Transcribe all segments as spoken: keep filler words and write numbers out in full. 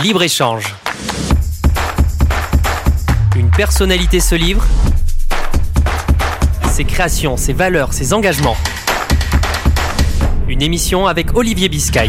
Libre-échange. Une personnalité se livre, ses créations, ses valeurs, ses engagements. Une émission avec Olivier Biscay.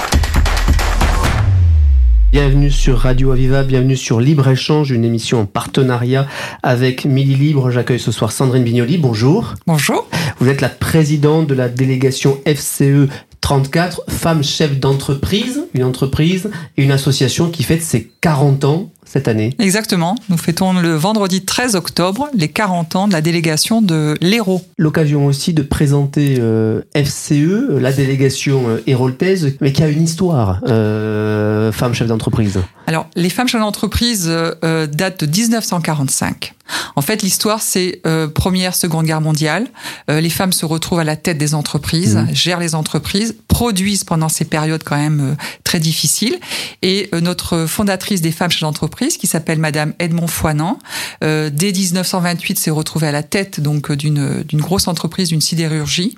Bienvenue sur Radio Aviva, bienvenue sur Libre-Échange, une émission en partenariat avec Midi Libre. J'accueille ce soir Sandrine Vignoli, bonjour. Bonjour. Vous êtes la présidente de la délégation F C E trente-quatre, Femmes Chefs d'entreprise, une entreprise et une association qui fête ses quarante ans cette année. Exactement, nous fêtons le vendredi treize octobre les quarante ans de la délégation de l'Hérault. L'occasion aussi de présenter euh, F C E, la délégation euh, héroltaise, mais qui a une histoire, euh, Femmes Chefs d'entreprise. Alors, les Femmes Chefs d'entreprise euh, datent de dix-neuf cent quarante-cinq. En fait, l'histoire, c'est euh, Première, Seconde Guerre mondiale. Euh, les femmes se retrouvent à la tête des entreprises, mmh. gèrent les entreprises, produisent pendant ces périodes quand même euh, très difficiles. Et euh, notre fondatrice des Femmes Chefs d'entreprise, qui s'appelle Madame Edmond Foinant, euh, dès dix-neuf cent vingt-huit, s'est retrouvée à la tête donc d'une d'une grosse entreprise, d'une sidérurgie.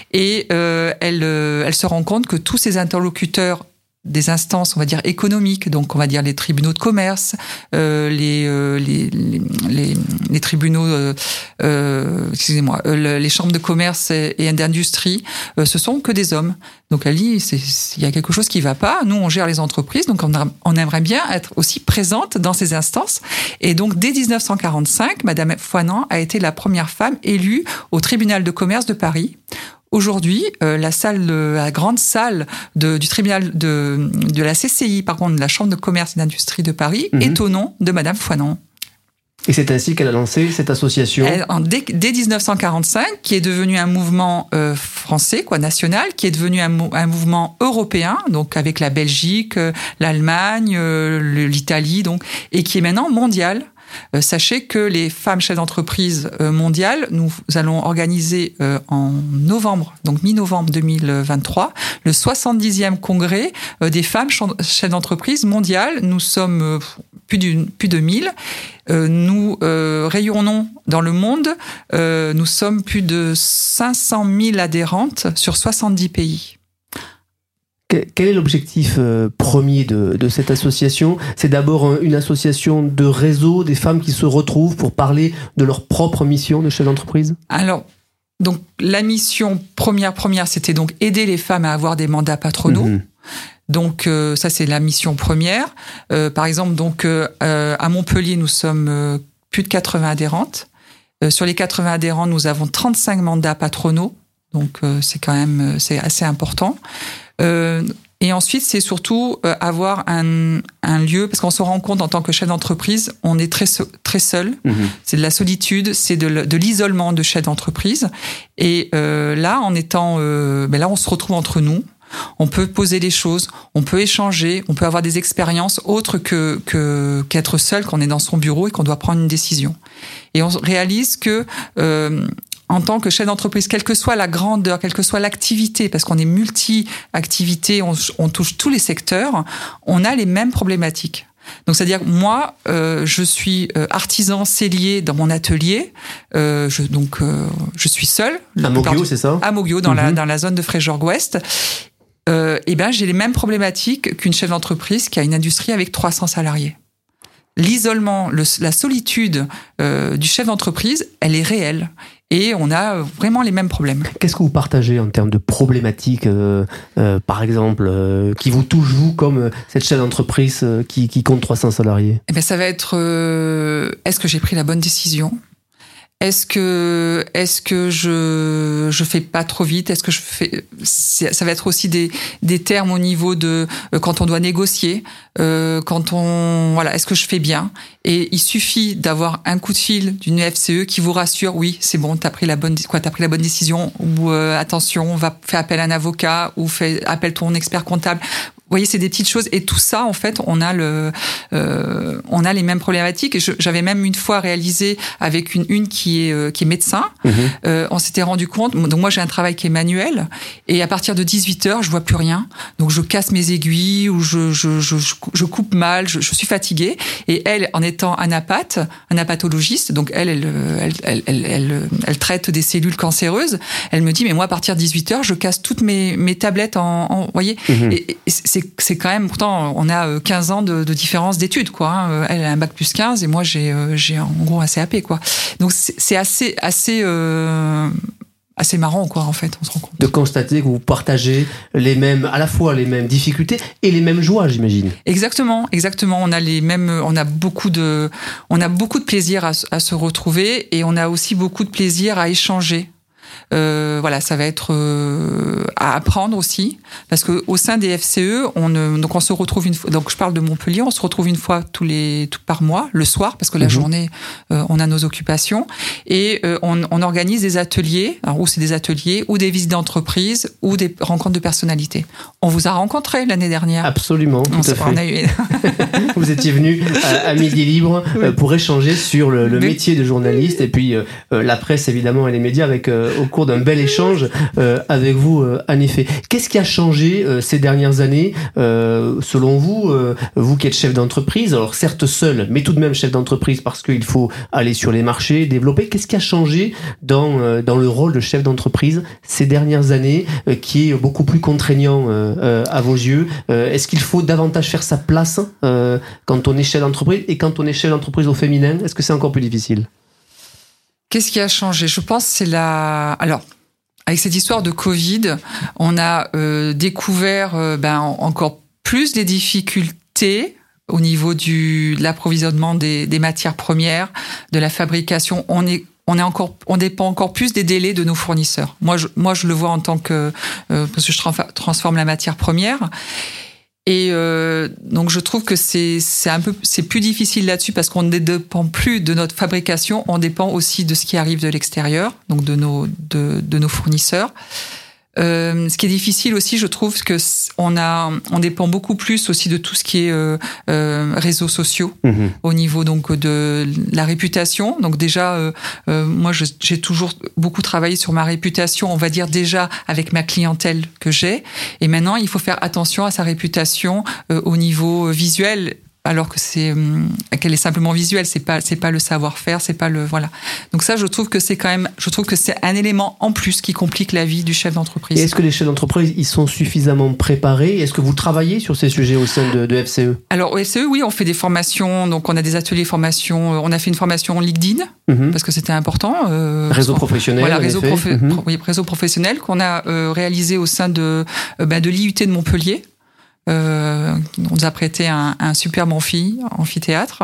Et euh, elle euh, elle se rend compte que tous ses interlocuteurs des instances, on va dire, économiques, donc on va dire les tribunaux de commerce, euh, les, euh, les, les, les, les tribunaux, euh, euh, excusez-moi, euh, les chambres de commerce et, et d'industrie, euh, ce sont que des hommes. Donc elle dit, il y a quelque chose qui va pas, nous on gère les entreprises, donc on, a, on aimerait bien être aussi présente dans ces instances. Et donc dès dix-neuf cent quarante-cinq, Madame Foinant a été la première femme élue au tribunal de commerce de Paris. Aujourd'hui, euh, la salle, la grande salle de, du tribunal de, de la C C I, par contre, de la Chambre de commerce et d'industrie de Paris, mmh. est au nom de Madame Foinant. Et c'est ainsi qu'elle a lancé cette association. Elle, en, dès, dès dix-neuf cent quarante-cinq, qui est devenu un mouvement euh, français, quoi, national, qui est devenu un, un mouvement européen, donc avec la Belgique, euh, l'Allemagne, euh, l'Italie, donc, et qui est maintenant mondial. Euh, sachez que les femmes chefs d'entreprise euh, mondiales, nous allons organiser euh, en novembre, donc mi-novembre deux mille vingt-trois, le soixante-dixième congrès euh, des femmes chefs d'entreprise mondiales. Nous sommes euh, plus, d'une, plus de mille. Euh, nous euh, rayonnons dans le monde. Euh, nous sommes plus de cinq cent mille adhérentes sur soixante-dix pays. Quel est l'objectif euh, premier de, de cette association ? C'est d'abord une association de réseau des femmes qui se retrouvent pour parler de leur propre mission de chef d'entreprise ? Alors, donc la mission première, première, c'était donc aider les femmes à avoir des mandats patronaux. Mmh. Donc euh, ça, c'est la mission première. Euh, par exemple, donc euh, à Montpellier, nous sommes euh, plus de quatre-vingts adhérentes. Euh, sur les quatre-vingts adhérents, nous avons trente-cinq mandats patronaux. Donc euh, c'est quand même c'est assez important. Euh, et ensuite, c'est surtout euh, avoir un, un lieu, parce qu'on se rend compte en tant que chef d'entreprise, on est très très seul. Mmh. C'est de la solitude, c'est de, de l'isolement de chef d'entreprise. Et euh, là, en étant, euh, ben là, on se retrouve entre nous. On peut poser des choses, on peut échanger, on peut avoir des expériences autres que, que qu'être seul quand on est dans son bureau et qu'on doit prendre une décision. Et on réalise que euh, en tant que chef d'entreprise, quelle que soit la grandeur, quelle que soit l'activité, parce qu'on est multi-activité, on, on touche tous les secteurs, on a les mêmes problématiques. Donc, c'est-à-dire, moi, euh, je suis artisan sellier dans mon atelier, euh, je, donc euh, je suis seule. À Moguio, c'est ça ? À Moguio, dans, mm-hmm. la, dans la zone de Fréjorgues-Ouest. Euh, et ben, j'ai les mêmes problématiques qu'une chef d'entreprise qui a une industrie avec trois cents salariés. L'isolement, le, la solitude euh, du chef d'entreprise, elle est réelle. Et on a vraiment les mêmes problèmes. Qu'est-ce que vous partagez en termes de problématiques, euh, euh, par exemple, euh, qui vous touchent, vous, comme euh, cette chef d'entreprise euh, qui, qui compte trois cents salariés ? Eh bien, ça va être, euh, est-ce que j'ai pris la bonne décision ? Est-ce que est-ce que je je fais pas trop vite ? Est-ce que je fais ça va être aussi des des termes au niveau de euh, quand on doit négocier, euh, quand on voilà, est-ce que je fais bien ? Et il suffit d'avoir un coup de fil d'une F C E qui vous rassure, oui, c'est bon, t'as pris la bonne quoi, t'as pris la bonne décision, ou euh, attention, on va faire appel à un avocat, ou fais appelle ton expert comptable. Vous voyez, c'est des petites choses, et tout ça, en fait, on a le, euh, on a les mêmes problématiques. Et je, j'avais même une fois réalisé avec une une qui est euh, qui est médecin. Mmh. Euh, on s'était rendu compte. Donc moi, j'ai un travail qui est manuel, et à partir de dix-huit heures, je vois plus rien. Donc je casse mes aiguilles, ou je je je je coupe mal. Je, je suis fatiguée. Et elle, en étant anapathe, anapathologiste, donc elle, elle elle elle elle elle, elle traite des cellules cancéreuses. Elle me dit, mais moi, à partir de dix-huit heures, je casse toutes mes mes tablettes en, en vous voyez. Mmh. Et, et c'est c'est, c'est quand même, pourtant, on a quinze ans de, de différence d'études, quoi. Hein. Elle a un bac plus quinze et moi, j'ai, j'ai en gros un C A P, quoi. Donc, c'est, c'est assez, assez, euh, assez marrant, quoi, en fait, on se rend compte. De constater que vous partagez les mêmes, à la fois les mêmes difficultés et les mêmes joies, j'imagine. Exactement, exactement. On a les mêmes, on a beaucoup de, on a beaucoup de plaisir à, à se retrouver et on a aussi beaucoup de plaisir à échanger. Euh, voilà, ça va être euh, à apprendre aussi, parce que au sein des F C E, on ne, donc on se retrouve une fois. Donc je parle de Montpellier, on se retrouve une fois tous les tout par mois, le soir, parce que la mmh. journée, euh, on a nos occupations, et euh, on, on organise des ateliers, alors ou c'est des ateliers, ou des visites d'entreprise, ou des rencontres de personnalités. On vous a rencontré l'année dernière. Absolument, tout on, à fait. On a eu... Vous étiez venu à, à Midi Libre oui. pour échanger sur le, le métier de journaliste et puis euh, la presse évidemment et les médias avec euh, au cours d'un bel échange euh, avec vous, euh, en effet. Qu'est-ce qui a changé euh, ces dernières années, euh, selon vous, euh, vous qui êtes chef d'entreprise, alors certes seul, mais tout de même chef d'entreprise parce qu'il faut aller sur les marchés, développer. Qu'est-ce qui a changé dans euh, dans le rôle de chef d'entreprise ces dernières années, euh, qui est beaucoup plus contraignant euh, euh, à vos yeux? euh, Est-ce qu'il faut davantage faire sa place euh, quand on est chef d'entreprise et quand on est chef d'entreprise au féminin? Est-ce que c'est encore plus difficile? Qu'est-ce qui a changé? Je pense que c'est la... Alors, avec cette histoire de Covid, on a euh, découvert euh, ben, encore plus les difficultés au niveau du, de l'approvisionnement des, des matières premières, de la fabrication. On est On, est encore, on dépend encore plus des délais de nos fournisseurs. Moi, je, moi, je le vois en tant que... Euh, parce que je transforme la matière première. Et euh, donc je trouve que c'est c'est un peu c'est plus difficile là-dessus parce qu'on ne dépend plus de notre fabrication, on dépend aussi de ce qui arrive de l'extérieur, donc de nos de de nos fournisseurs. Euh, ce qui est difficile aussi, je trouve, que on a, on dépend beaucoup plus aussi de tout ce qui est euh, euh, réseaux sociaux mmh. au niveau donc de la réputation. Donc déjà, euh, euh, moi, je, j'ai toujours beaucoup travaillé sur ma réputation, on va dire déjà avec ma clientèle que j'ai. Et maintenant, il faut faire attention à sa réputation euh, au niveau visuel. Alors que c'est qu'elle est simplement visuelle, c'est pas c'est pas le savoir-faire, c'est pas le voilà. Donc ça, je trouve que c'est quand même, je trouve que c'est un élément en plus qui complique la vie du chef d'entreprise. Et est-ce que les chefs d'entreprise ils sont suffisamment préparés? Est-ce que vous travaillez sur ces sujets au sein de, de F C E? Alors au F C E, oui, on fait des formations, donc on a des ateliers formation. On a fait une formation LinkedIn mm-hmm. parce que c'était important. Euh, réseau professionnel. Voilà, réseau, profe- mm-hmm. pro, oui, réseau professionnel qu'on a euh, réalisé au sein de euh, ben, de l'I U T de Montpellier. Euh, on nous a prêté un, un superbe amphi, amphithéâtre.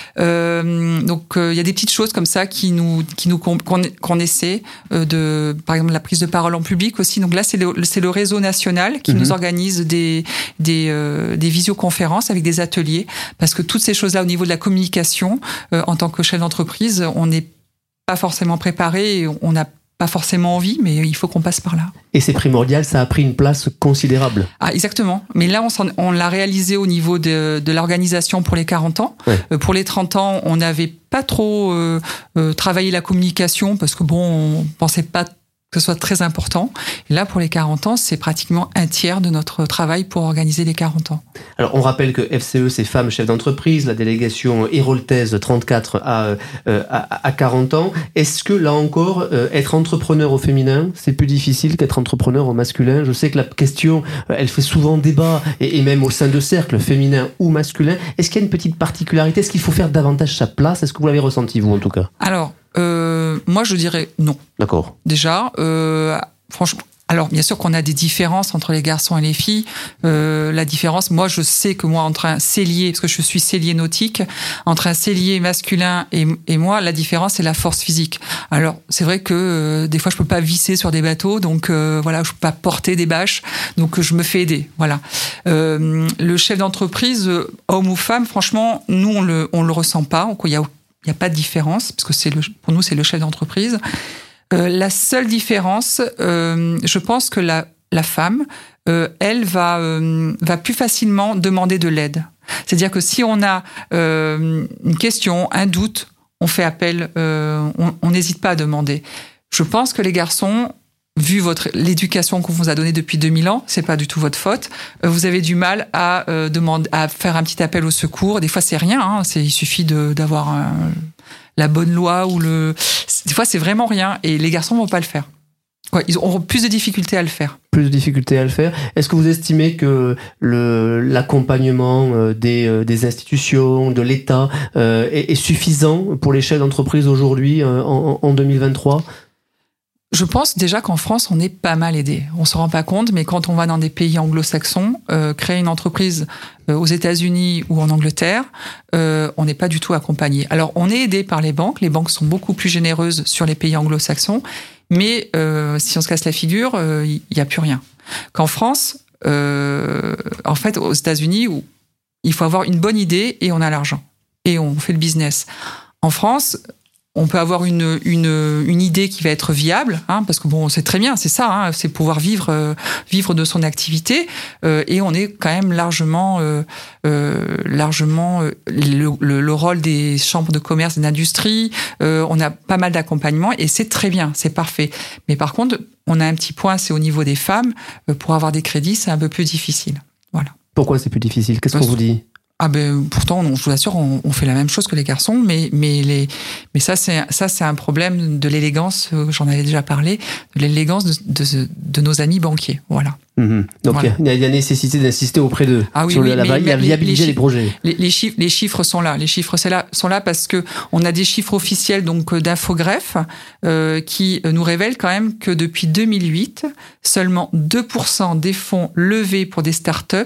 Euh, donc il euh, y a des petites choses comme ça qui nous, qui nous qu'on, qu'on essaie euh, de, par exemple la prise de parole en public aussi. Donc là c'est le, c'est le réseau national qui mmh. nous organise des des euh, des visioconférences avec des ateliers parce que toutes ces choses-là au niveau de la communication euh, en tant que chef d'entreprise, on n'est pas forcément préparé, et on n'a pas forcément envie, mais il faut qu'on passe par là. Et c'est primordial, ça a pris une place considérable. Ah, exactement. Mais là, on, s'en, on l'a réalisé au niveau de, de l'organisation pour les quarante ans. Ouais. Euh, pour les trente ans, on n'avait pas trop euh, euh, travaillé la communication parce que bon, on pensait pas que ce soit très important. Et là, pour les quarante ans, c'est pratiquement un tiers de notre travail pour organiser les quarante ans. Alors, on rappelle que F C E, c'est femmes chefs d'entreprise, la délégation héroltaise trente-quatre à, euh, à, à quarante ans. Est-ce que, là encore, euh, être entrepreneur au féminin, c'est plus difficile qu'être entrepreneur au masculin? Je sais que la question, euh, elle fait souvent débat, et, et même au sein de cercles, féminin ou masculin. Est-ce qu'il y a une petite particularité? Est-ce qu'il faut faire davantage sa place? Est-ce que vous l'avez ressenti, vous, en tout cas? Alors, Euh, moi, je dirais non. D'accord. Déjà, euh, franchement, alors bien sûr qu'on a des différences entre les garçons et les filles. Euh, la différence, moi, je sais que moi, entre un cellier, parce que je suis cellier nautique, entre un cellier masculin et, et moi, la différence, c'est la force physique. Alors, c'est vrai que euh, des fois, je peux pas visser sur des bateaux, donc euh, voilà, je peux pas porter des bâches, donc je me fais aider. Voilà. Euh, le chef d'entreprise, homme ou femme, franchement, nous, on le, on le ressent pas. Il y a Il n'y a pas de différence, parce que c'est le, pour nous, c'est le chef d'entreprise. Euh, la seule différence, euh, je pense que la, la femme, euh, elle va, euh, va plus facilement demander de l'aide. C'est-à-dire que si on a euh, une question, un doute, on fait appel, euh, on n'hésite pas à demander. Je pense que les garçons, vu votre l'éducation qu'on vous a donnée depuis deux mille ans, c'est pas du tout votre faute. Vous avez du mal à euh, demander, à faire un petit appel au secours. Des fois, c'est rien. Hein, c'est il suffit de d'avoir un, la bonne loi ou le. Des fois, c'est vraiment rien. Et les garçons vont pas le faire. Ouais, ils auront plus de difficultés à le faire. Plus de difficultés à le faire. Est-ce que vous estimez que le, l'accompagnement des, des institutions, de l'État euh, est, est suffisant pour les chefs d'entreprise aujourd'hui euh, en, en deux mille vingt-trois ? Je pense déjà qu'en France, on est pas mal aidé. On se rend pas compte, mais quand on va dans des pays anglo-saxons, euh, créer une entreprise euh, aux États-Unis ou en Angleterre, euh, on n'est pas du tout accompagné. Alors, on est aidé par les banques. Les banques sont beaucoup plus généreuses sur les pays anglo-saxons, mais euh, si on se casse la figure, il euh, y a plus rien. Qu'en France, euh, en fait, aux États-Unis, où il faut avoir une bonne idée et on a l'argent et on fait le business. En France, on peut avoir une, une, une idée qui va être viable, hein, parce que bon, c'est très bien, c'est ça, hein, c'est pouvoir vivre, euh, vivre de son activité, euh, et on est quand même largement, euh, euh, largement euh, le, le, le rôle des chambres de commerce et d'industrie. Euh, on a pas mal d'accompagnement et c'est très bien, c'est parfait. Mais par contre, on a un petit point, c'est au niveau des femmes. Euh, pour avoir des crédits, c'est un peu plus difficile. Voilà. Pourquoi c'est plus difficile ? Qu'est-ce Parce qu'on vous dit ? Ah ben pourtant, on, je vous assure, on, on fait la même chose que les garçons, mais mais les mais ça c'est ça c'est un problème de l'élégance. J'en avais déjà parlé, de l'élégance de, de, de nos amis banquiers. Voilà. Mmh. Donc voilà. il y, y a nécessité d'insister auprès d'eux ah oui, sur oui, la, mais, la viabilité des projets. Les, les chiffres, les chiffres sont là. Les chiffres c'est là, sont là parce que on a des chiffres officiels donc d'Infogreffe euh, qui nous révèlent quand même que depuis deux mille huit, seulement deux pour cent des fonds levés pour des startups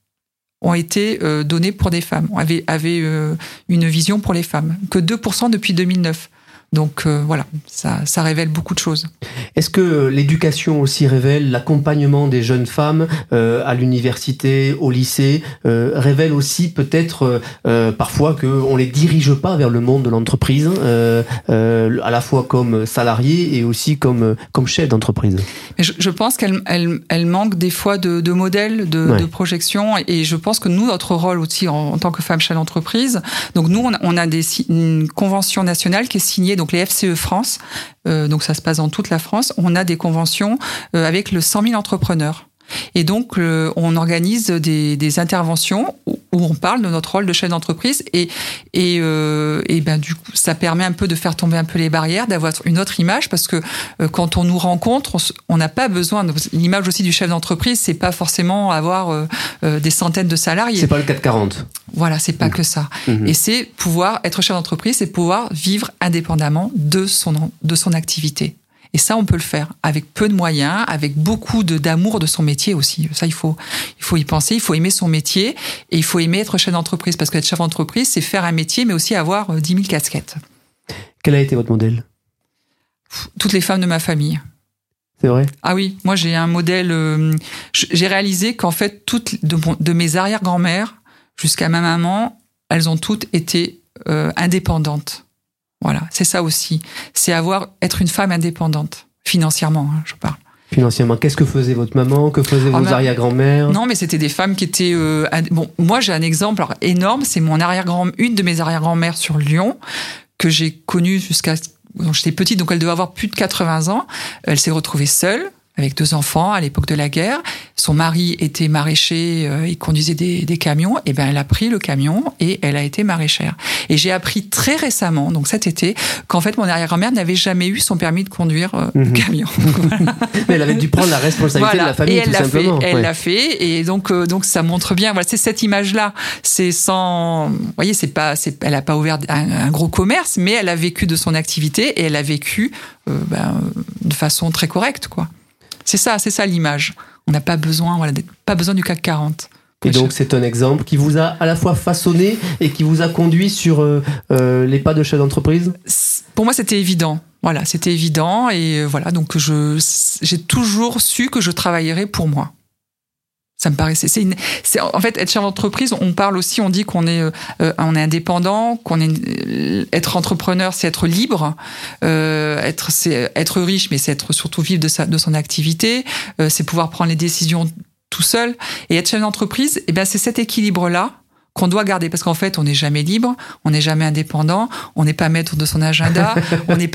ont été euh, donnés pour des femmes, avaient, avaient euh, une vision pour les femmes, que deux pour cent depuis deux mille neuf. Donc euh, voilà, ça, ça révèle beaucoup de choses. Est-ce que l'éducation aussi révèle, l'accompagnement des jeunes femmes euh, à l'université, au lycée, euh, révèle aussi peut-être euh, parfois qu'on les dirige pas vers le monde de l'entreprise, euh, euh, à la fois comme salariés et aussi comme, comme chef d'entreprise? Je, je pense qu'elle elle, elle manque des fois de, de modèles, de, ouais. de projections, et je pense que nous, notre rôle aussi en, en tant que femme chef d'entreprise, donc nous, on a, on a des, une convention nationale qui est signée, donc les F C E France, euh, donc ça se passe dans toute la France, on a des conventions euh, avec le cent mille entrepreneurs. Et donc, euh, on organise des, des interventions où, où on parle de notre rôle de chef d'entreprise et et, euh, et ben du coup, ça permet un peu de faire tomber un peu les barrières, d'avoir une autre image, parce que euh, quand on nous rencontre, on n'a pas besoin. De, l'image aussi du chef d'entreprise, c'est pas forcément avoir euh, euh, des centaines de salariés. C'est pas le quatre quarante. Voilà, c'est pas mmh. que ça. Mmh. Et c'est pouvoir être chef d'entreprise, c'est pouvoir vivre indépendamment de son de son activité. Et ça, on peut le faire avec peu de moyens, avec beaucoup de, d'amour de son métier aussi. Ça, il faut, il faut y penser. Il faut aimer son métier et il faut aimer être chef d'entreprise. Parce qu'être chef d'entreprise, c'est faire un métier, mais aussi avoir dix mille casquettes. Quel a été votre modèle ? Toutes les femmes de ma famille. C'est vrai ? Ah oui, moi, j'ai un modèle... Euh, j'ai réalisé qu'en fait, toutes de, de mes arrière-grand-mères jusqu'à ma maman, elles ont toutes été euh, indépendantes. Voilà, c'est ça aussi. C'est avoir, être une femme indépendante, financièrement, hein, je parle. Financièrement, qu'est-ce que faisait votre maman ? Que faisaient vos ah, arrière-grand-mères ? Non, mais c'était des femmes qui étaient... Euh, bon, moi, j'ai un exemple alors, énorme, c'est mon arrière-grand, une de mes arrière-grand-mères sur Lyon, que j'ai connue jusqu'à... Donc, j'étais petite, donc elle devait avoir plus de quatre-vingts ans. Elle s'est retrouvée seule, avec deux enfants à l'époque de la guerre. Son mari était maraîcher, euh, il conduisait des, des camions. Et ben, elle a pris le camion et elle a été maraîchère. Et j'ai appris très récemment, donc cet été, qu'en fait, mon arrière-grand-mère n'avait jamais eu son permis de conduire euh, mmh. de camion. Voilà. Mais elle avait dû prendre la responsabilité voilà. de la famille, et elle tout l'a simplement. Fait, elle ouais. l'a fait, et donc, euh, donc ça montre bien. Voilà, c'est cette image-là. C'est sans, vous voyez, c'est pas, c'est, elle a pas ouvert un, un gros commerce, mais elle a vécu de son activité et elle a vécu euh, ben, de façon très correcte, quoi. C'est ça, c'est ça l'image. On n'a pas besoin, voilà, pas besoin du C A C quarante. Et donc c'est un exemple qui vous a à la fois façonné et qui vous a conduit sur euh, euh, les pas de chef d'entreprise. Pour moi, c'était évident. Voilà, c'était évident et voilà. Donc je, j'ai toujours su que je travaillerais pour moi. Ça me paraissait. C'est une. C'est en fait être chef d'entreprise. On parle aussi. On dit qu'on est, euh, on est indépendant, qu'on est. Être entrepreneur, c'est être libre. Euh, être, c'est être riche, mais c'est être surtout vivre de sa, de son activité. Euh, c'est pouvoir prendre les décisions tout seul. Et être chef d'entreprise, eh ben c'est cet équilibre-là qu'on doit garder, parce qu'en fait, on n'est jamais libre, on n'est jamais indépendant, on n'est pas maître de son agenda, on n'est pas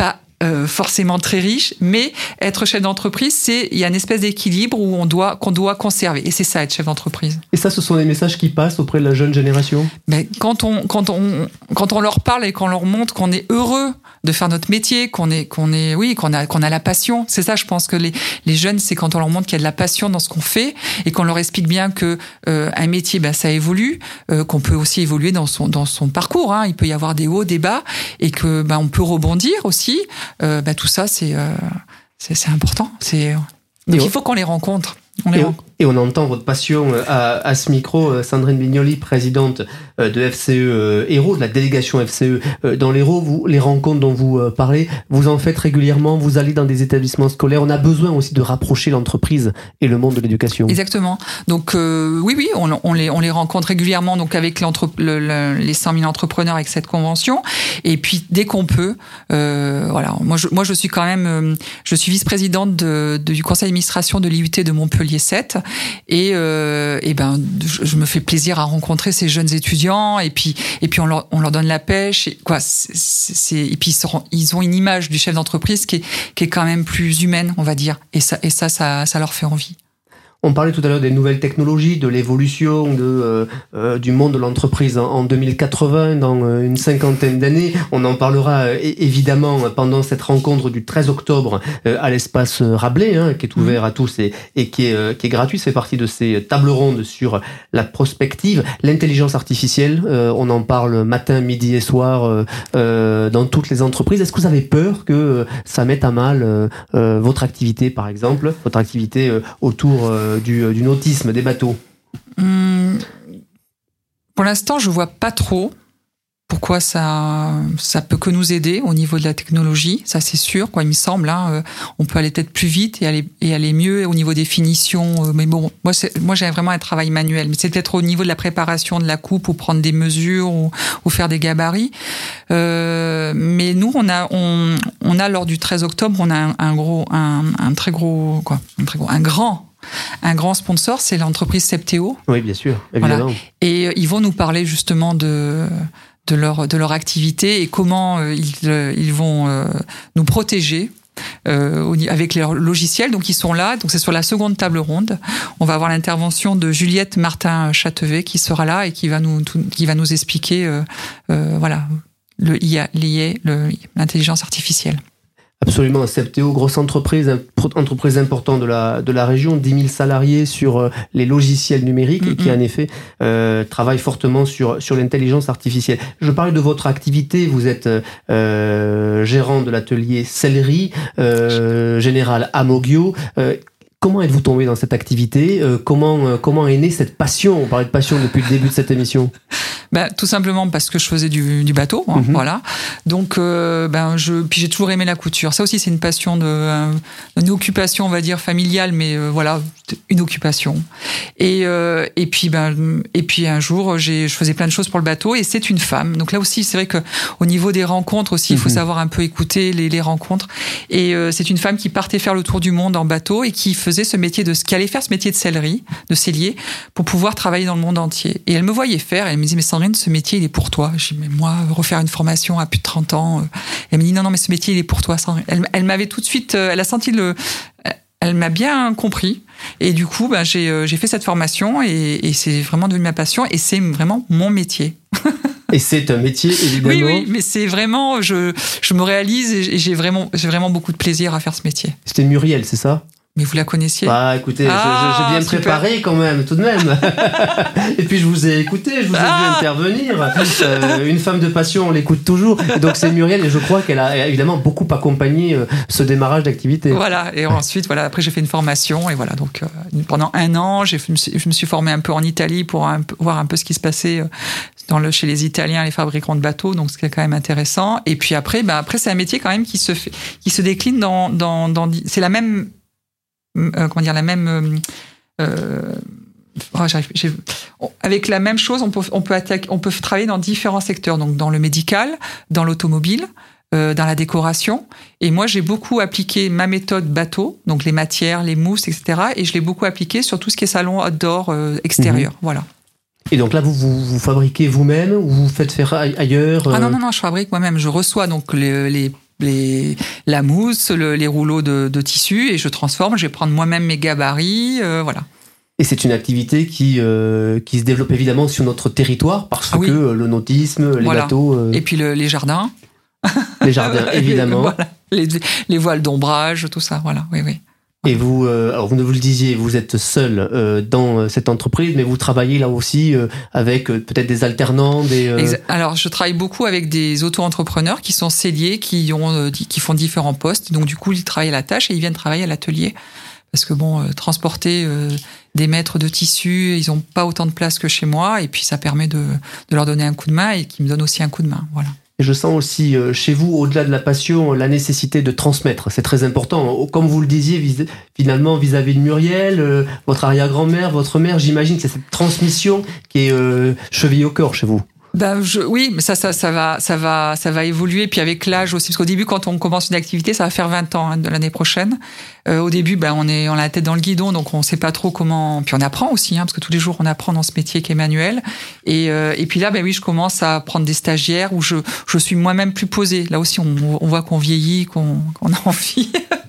euh, forcément très riche, mais être chef d'entreprise, c'est il y a une espèce d'équilibre où on doit qu'on doit conserver, et c'est ça être chef d'entreprise. Et ça, ce sont des messages qui passent auprès de la jeune génération. Mais quand on quand on quand on leur parle et qu'on leur montre qu'on est heureux de faire notre métier, qu'on est qu'on est oui qu'on a qu'on a la passion, c'est ça, je pense que les les jeunes, c'est quand on leur montre qu'il y a de la passion dans ce qu'on fait et qu'on leur explique bien que euh, un métier, ben ça évolue, euh, qu'on peut aussi évoluer dans son dans son parcours, hein. Il peut y avoir des hauts, des bas, et que ben on peut rebondir aussi. Euh, ben tout ça, c'est euh, c'est, c'est important. C'est donc il faut qu'on les rencontre. On les et, rencontre. On, et on entend votre passion à, à ce micro, Sandrine Bignoli, présidente de F C E Hérault, de la délégation F C E dans l'Hérault. Vous, les rencontres dont vous parlez, vous en faites régulièrement, vous allez dans des établissements scolaires. On a besoin aussi de rapprocher l'entreprise et le monde de l'éducation. Exactement. Donc euh, oui, oui, on, on, les, on les rencontre régulièrement, donc avec l'entre, le, le, les cent mille entrepreneurs avec cette convention. Et puis dès qu'on peut, euh, voilà. Moi je, moi, je suis quand même, je suis vice-présidente de, de, du conseil d'administration de l'I U T de Montpellier sept. Et, euh, et ben, je, je me fais plaisir à rencontrer ces jeunes étudiants, et puis, et puis on leur, on leur donne la pêche, et quoi. C'est, c'est, et puis ils, seront, ils ont une image du chef d'entreprise qui est, qui est quand même plus humaine, on va dire. Et ça, et ça, ça, ça leur fait envie. On parlait tout à l'heure des nouvelles technologies, de l'évolution de, euh, euh, du monde de l'entreprise en, en deux mille quatre-vingts, dans euh, une cinquantaine d'années. On en parlera euh, évidemment pendant cette rencontre du treize octobre euh, à l'espace Rabelais, hein, qui est ouvert à tous et, et qui, est, euh, qui est gratuit. Ça fait partie de ces tables rondes sur la prospective. L'intelligence artificielle, euh, on en parle matin, midi et soir euh, euh, dans toutes les entreprises. Est-ce que vous avez peur que euh, ça mette à mal euh, euh, votre activité, par exemple, votre activité euh, autour euh, Du, du nautisme, des bateaux? Hum, pour l'instant, je vois pas trop pourquoi ça ça peut que nous aider au niveau de la technologie, ça c'est sûr, quoi, il me semble. Hein, on peut aller peut-être plus vite et aller et aller mieux au niveau des finitions. Mais bon, moi c'est, moi j'ai vraiment un travail manuel, mais c'est peut-être au niveau de la préparation de la coupe ou prendre des mesures ou, ou faire des gabarits. Euh, mais nous on a on on a lors du treize octobre, on a un, un gros un, un très gros quoi, un très gros un grand Un grand sponsor, c'est l'entreprise Septéo. Oui, bien sûr, évidemment. Voilà. Et ils vont nous parler justement de de leur de leur activité et comment ils ils vont nous protéger euh, avec leurs logiciels. Donc ils sont là. Donc c'est sur la seconde table ronde. On va avoir l'intervention de Juliette Martin-Chatevet qui sera là et qui va nous qui va nous expliquer euh, euh, voilà le I A, l'I A, le, l'intelligence artificielle. Absolument, Septéo, grosse entreprise, entreprise importante de la de la région, dix mille salariés sur euh, les logiciels numériques, mm-hmm. et qui en effet euh, travaille fortement sur sur l'intelligence artificielle. Je parlais de votre activité, vous êtes euh, gérant de l'atelier Sellerie, euh, général Amogio. Euh, Comment êtes-vous tombé dans cette activité ? euh, Comment euh, comment est née cette passion ? On parlait de passion depuis le début de cette émission. Ben, tout simplement parce que je faisais du, du bateau, hein, mm-hmm. voilà. Donc, euh, ben, je, puis j'ai toujours aimé la couture. Ça aussi, c'est une passion de, euh, une occupation, on va dire familiale, mais euh, voilà, une occupation. Et euh, et puis ben, et puis un jour, j'ai, je faisais plein de choses pour le bateau, et c'est une femme. Donc là aussi, c'est vrai que au niveau des rencontres aussi, il faut mm-hmm. savoir un peu écouter les, les rencontres. Et euh, c'est une femme qui partait faire le tour du monde en bateau et qui faisait ce métier de, qui allait faire ce métier de sellerie, de sellier, pour pouvoir travailler dans le monde entier. Et elle me voyait faire, et elle me disait, mais Sandrine, ce métier, il est pour toi. Je dis, mais moi, refaire une formation à plus de trente ans. Et elle me dit, non, non, mais ce métier, il est pour toi, Sandrine. Elle, elle m'avait tout de suite, elle a senti le, elle m'a bien compris. Et du coup, ben, j'ai, j'ai fait cette formation, et, et c'est vraiment devenu ma passion, et c'est vraiment mon métier. Et c'est un métier, évidemment. Oui, oui, mais c'est vraiment, je, je me réalise, et j'ai vraiment, j'ai vraiment beaucoup de plaisir à faire ce métier. C'était Muriel, c'est ça ? Mais vous la connaissiez ? Bah, écoutez, ah, je, je, j'ai bien super. préparé quand même, tout de même. Et puis je vous ai écouté, je vous ai ah. vu intervenir. Euh, une femme de passion, on l'écoute toujours. Et donc c'est Muriel, et je crois qu'elle a évidemment beaucoup accompagné euh, ce démarrage d'activité. Voilà. Et ensuite, voilà, après j'ai fait une formation, et voilà. Donc euh, pendant un an, j'ai, je me suis, je me suis formée un peu en Italie pour un peu, voir un peu ce qui se passait dans le, chez les Italiens, les fabricants de bateaux. Donc c'est quand même intéressant. Et puis après, bah après c'est un métier quand même qui se fait, qui se décline dans, dans, dans c'est la même Euh, comment dire la même euh, oh, j'arrive, j'ai, avec la même chose on peut on peut attaquer, on peut travailler dans différents secteurs, donc dans le médical, dans l'automobile, euh, dans la décoration. Et moi j'ai beaucoup appliqué ma méthode bateau, donc les matières, les mousses, etc. Et je l'ai beaucoup appliqué sur tout ce qui est salon outdoor euh, extérieur. Mmh. Voilà. Et donc là, vous, vous, vous fabriquez vous-même ou vous faites faire ailleurs euh... Ah non, non, non, je fabrique moi-même. Je reçois donc les, les, les, la mousse, le, les rouleaux de, de tissu et je transforme. Je vais prendre moi-même mes gabarits, euh, voilà. Et c'est une activité qui euh, qui se développe évidemment sur notre territoire parce ah, que oui. le nautisme, les voilà. bateaux... Euh... Et puis le, les jardins. Les jardins, évidemment. Voilà. Les, les voiles d'ombrage, tout ça, voilà, oui, oui. Et vous, euh, alors vous vous le disiez, vous êtes seul euh, dans cette entreprise, mais vous travaillez là aussi euh, avec euh, peut-être des alternants, des. Euh... Alors, je travaille beaucoup avec des auto-entrepreneurs qui sont selliers, qui ont, euh, qui font différents postes. Donc, du coup, ils travaillent à la tâche et ils viennent travailler à l'atelier. Parce que bon, euh, transporter euh, des mètres de tissu, ils ont pas autant de place que chez moi, et puis ça permet de, de leur donner un coup de main et qu'ils me donnent aussi un coup de main, voilà. Et je sens aussi euh, chez vous, au-delà de la passion, la nécessité de transmettre. C'est très important. Comme vous le disiez, vis- finalement, vis-à-vis de Muriel, euh, votre arrière-grand-mère, votre mère, j'imagine que c'est cette transmission qui est euh, chevillée au cœur chez vous. Ben je, oui, mais ça, ça, ça va, ça va, ça va évoluer. Puis avec l'âge aussi, parce qu'au début, quand on commence une activité, ça va faire vingt ans hein, de l'année prochaine. Euh, au début, ben on est, on a la tête dans le guidon, donc on sait pas trop comment. Puis on apprend aussi, hein, parce que tous les jours on apprend dans ce métier qui est manuel. Et, euh, et puis là, ben oui, je commence à prendre des stagiaires où je, je suis moi-même plus posée. Là aussi, on, on voit qu'on vieillit, qu'on, qu'on a envie.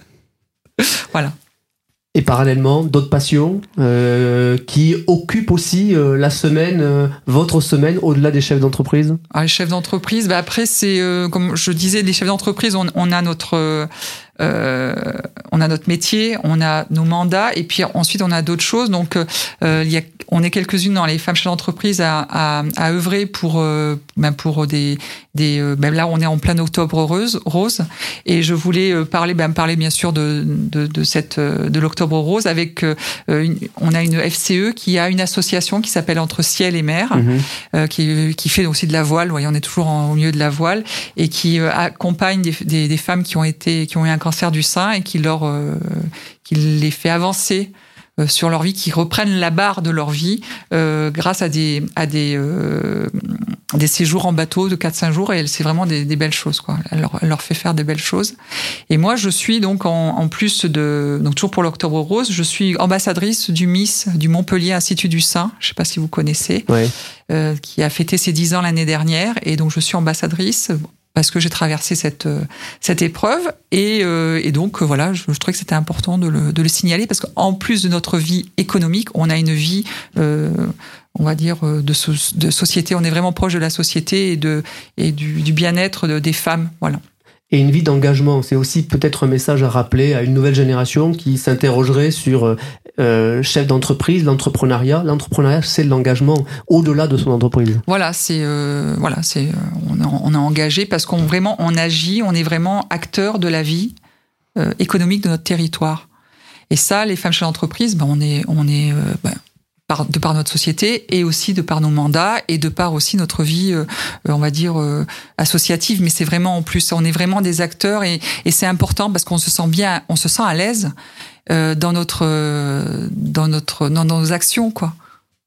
Voilà. Et parallèlement, d'autres passions euh, qui occupent aussi euh, la semaine, euh, votre semaine, au-delà des chefs d'entreprise. Ah, les chefs d'entreprise, bah après c'est euh, comme je disais, les chefs d'entreprise, on, on a notre euh, euh, on a notre métier, on a nos mandats, et puis ensuite on a d'autres choses. Donc euh, il y a, on est quelques-unes dans les femmes chefs d'entreprise à, à, à œuvrer pour euh, ben pour des des euh, ben là on est en plein octobre rose rose, et je voulais parler ben parler bien sûr de de, de cette de l'octobre rose avec euh, une, on a une F C E qui a une association qui s'appelle Entre ciel et mer, mmh. euh, qui qui fait aussi de la voile. Vous voyez, on est toujours en, au milieu de la voile, et qui euh, accompagne des, des des femmes qui ont été qui ont eu un cancer du sein et qui leur euh, qui les fait avancer euh, sur leur vie, qui reprennent la barre de leur vie euh, grâce à des à des euh, des séjours en bateau de quatre cinq jours, et c'est vraiment des, des belles choses, quoi. Elle leur, elle leur fait faire des belles choses. Et moi, je suis donc en, en plus de donc toujours pour l'Octobre Rose, je suis ambassadrice du Miss du Montpellier Institut du Sein. Je sais pas si vous connaissez, ouais. euh, qui a fêté ses dix ans l'année dernière, et donc je suis ambassadrice parce que j'ai traversé cette cette épreuve, et, euh, et donc voilà, je, je trouvais que c'était important de le, de le signaler, parce qu'en plus de notre vie économique, on a une vie, euh, on va dire, de, so, de société. On est vraiment proche de la société et de et du, du bien-être de, des femmes, voilà. Et une vie d'engagement, c'est aussi peut-être un message à rappeler à une nouvelle génération qui s'interrogerait sur euh, chef d'entreprise, l'entrepreneuriat. L'entrepreneuriat, c'est l'engagement au-delà de son entreprise. Voilà, c'est euh, voilà, c'est on est, on est engagé parce qu'on vraiment on agit, on est vraiment acteur de la vie euh, économique de notre territoire. Et ça, les femmes chefs d'entreprise, ben on est on est euh, ben, Par, de par notre société, et aussi de par nos mandats, et de par aussi notre vie, euh, on va dire, euh, associative. Mais c'est vraiment en plus, on est vraiment des acteurs, et, et c'est important parce qu'on se sent bien, on se sent à l'aise euh, dans notre, euh, dans notre, dans nos actions, quoi.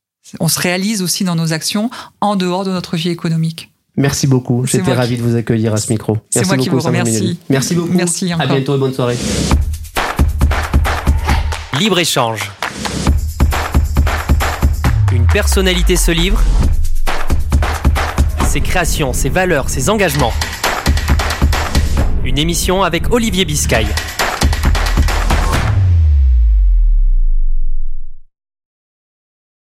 On se réalise aussi dans nos actions en dehors de notre vie économique. Merci beaucoup. C'est J'étais ravi qui... de vous accueillir à ce micro. C'est Merci moi beaucoup, qui vous remercie. Merci beaucoup. Merci encore. À bientôt et bonne soirée. Libre-échange. Une personnalité se livre, ses créations, ses valeurs, ses engagements. Une émission avec Olivier Biscay.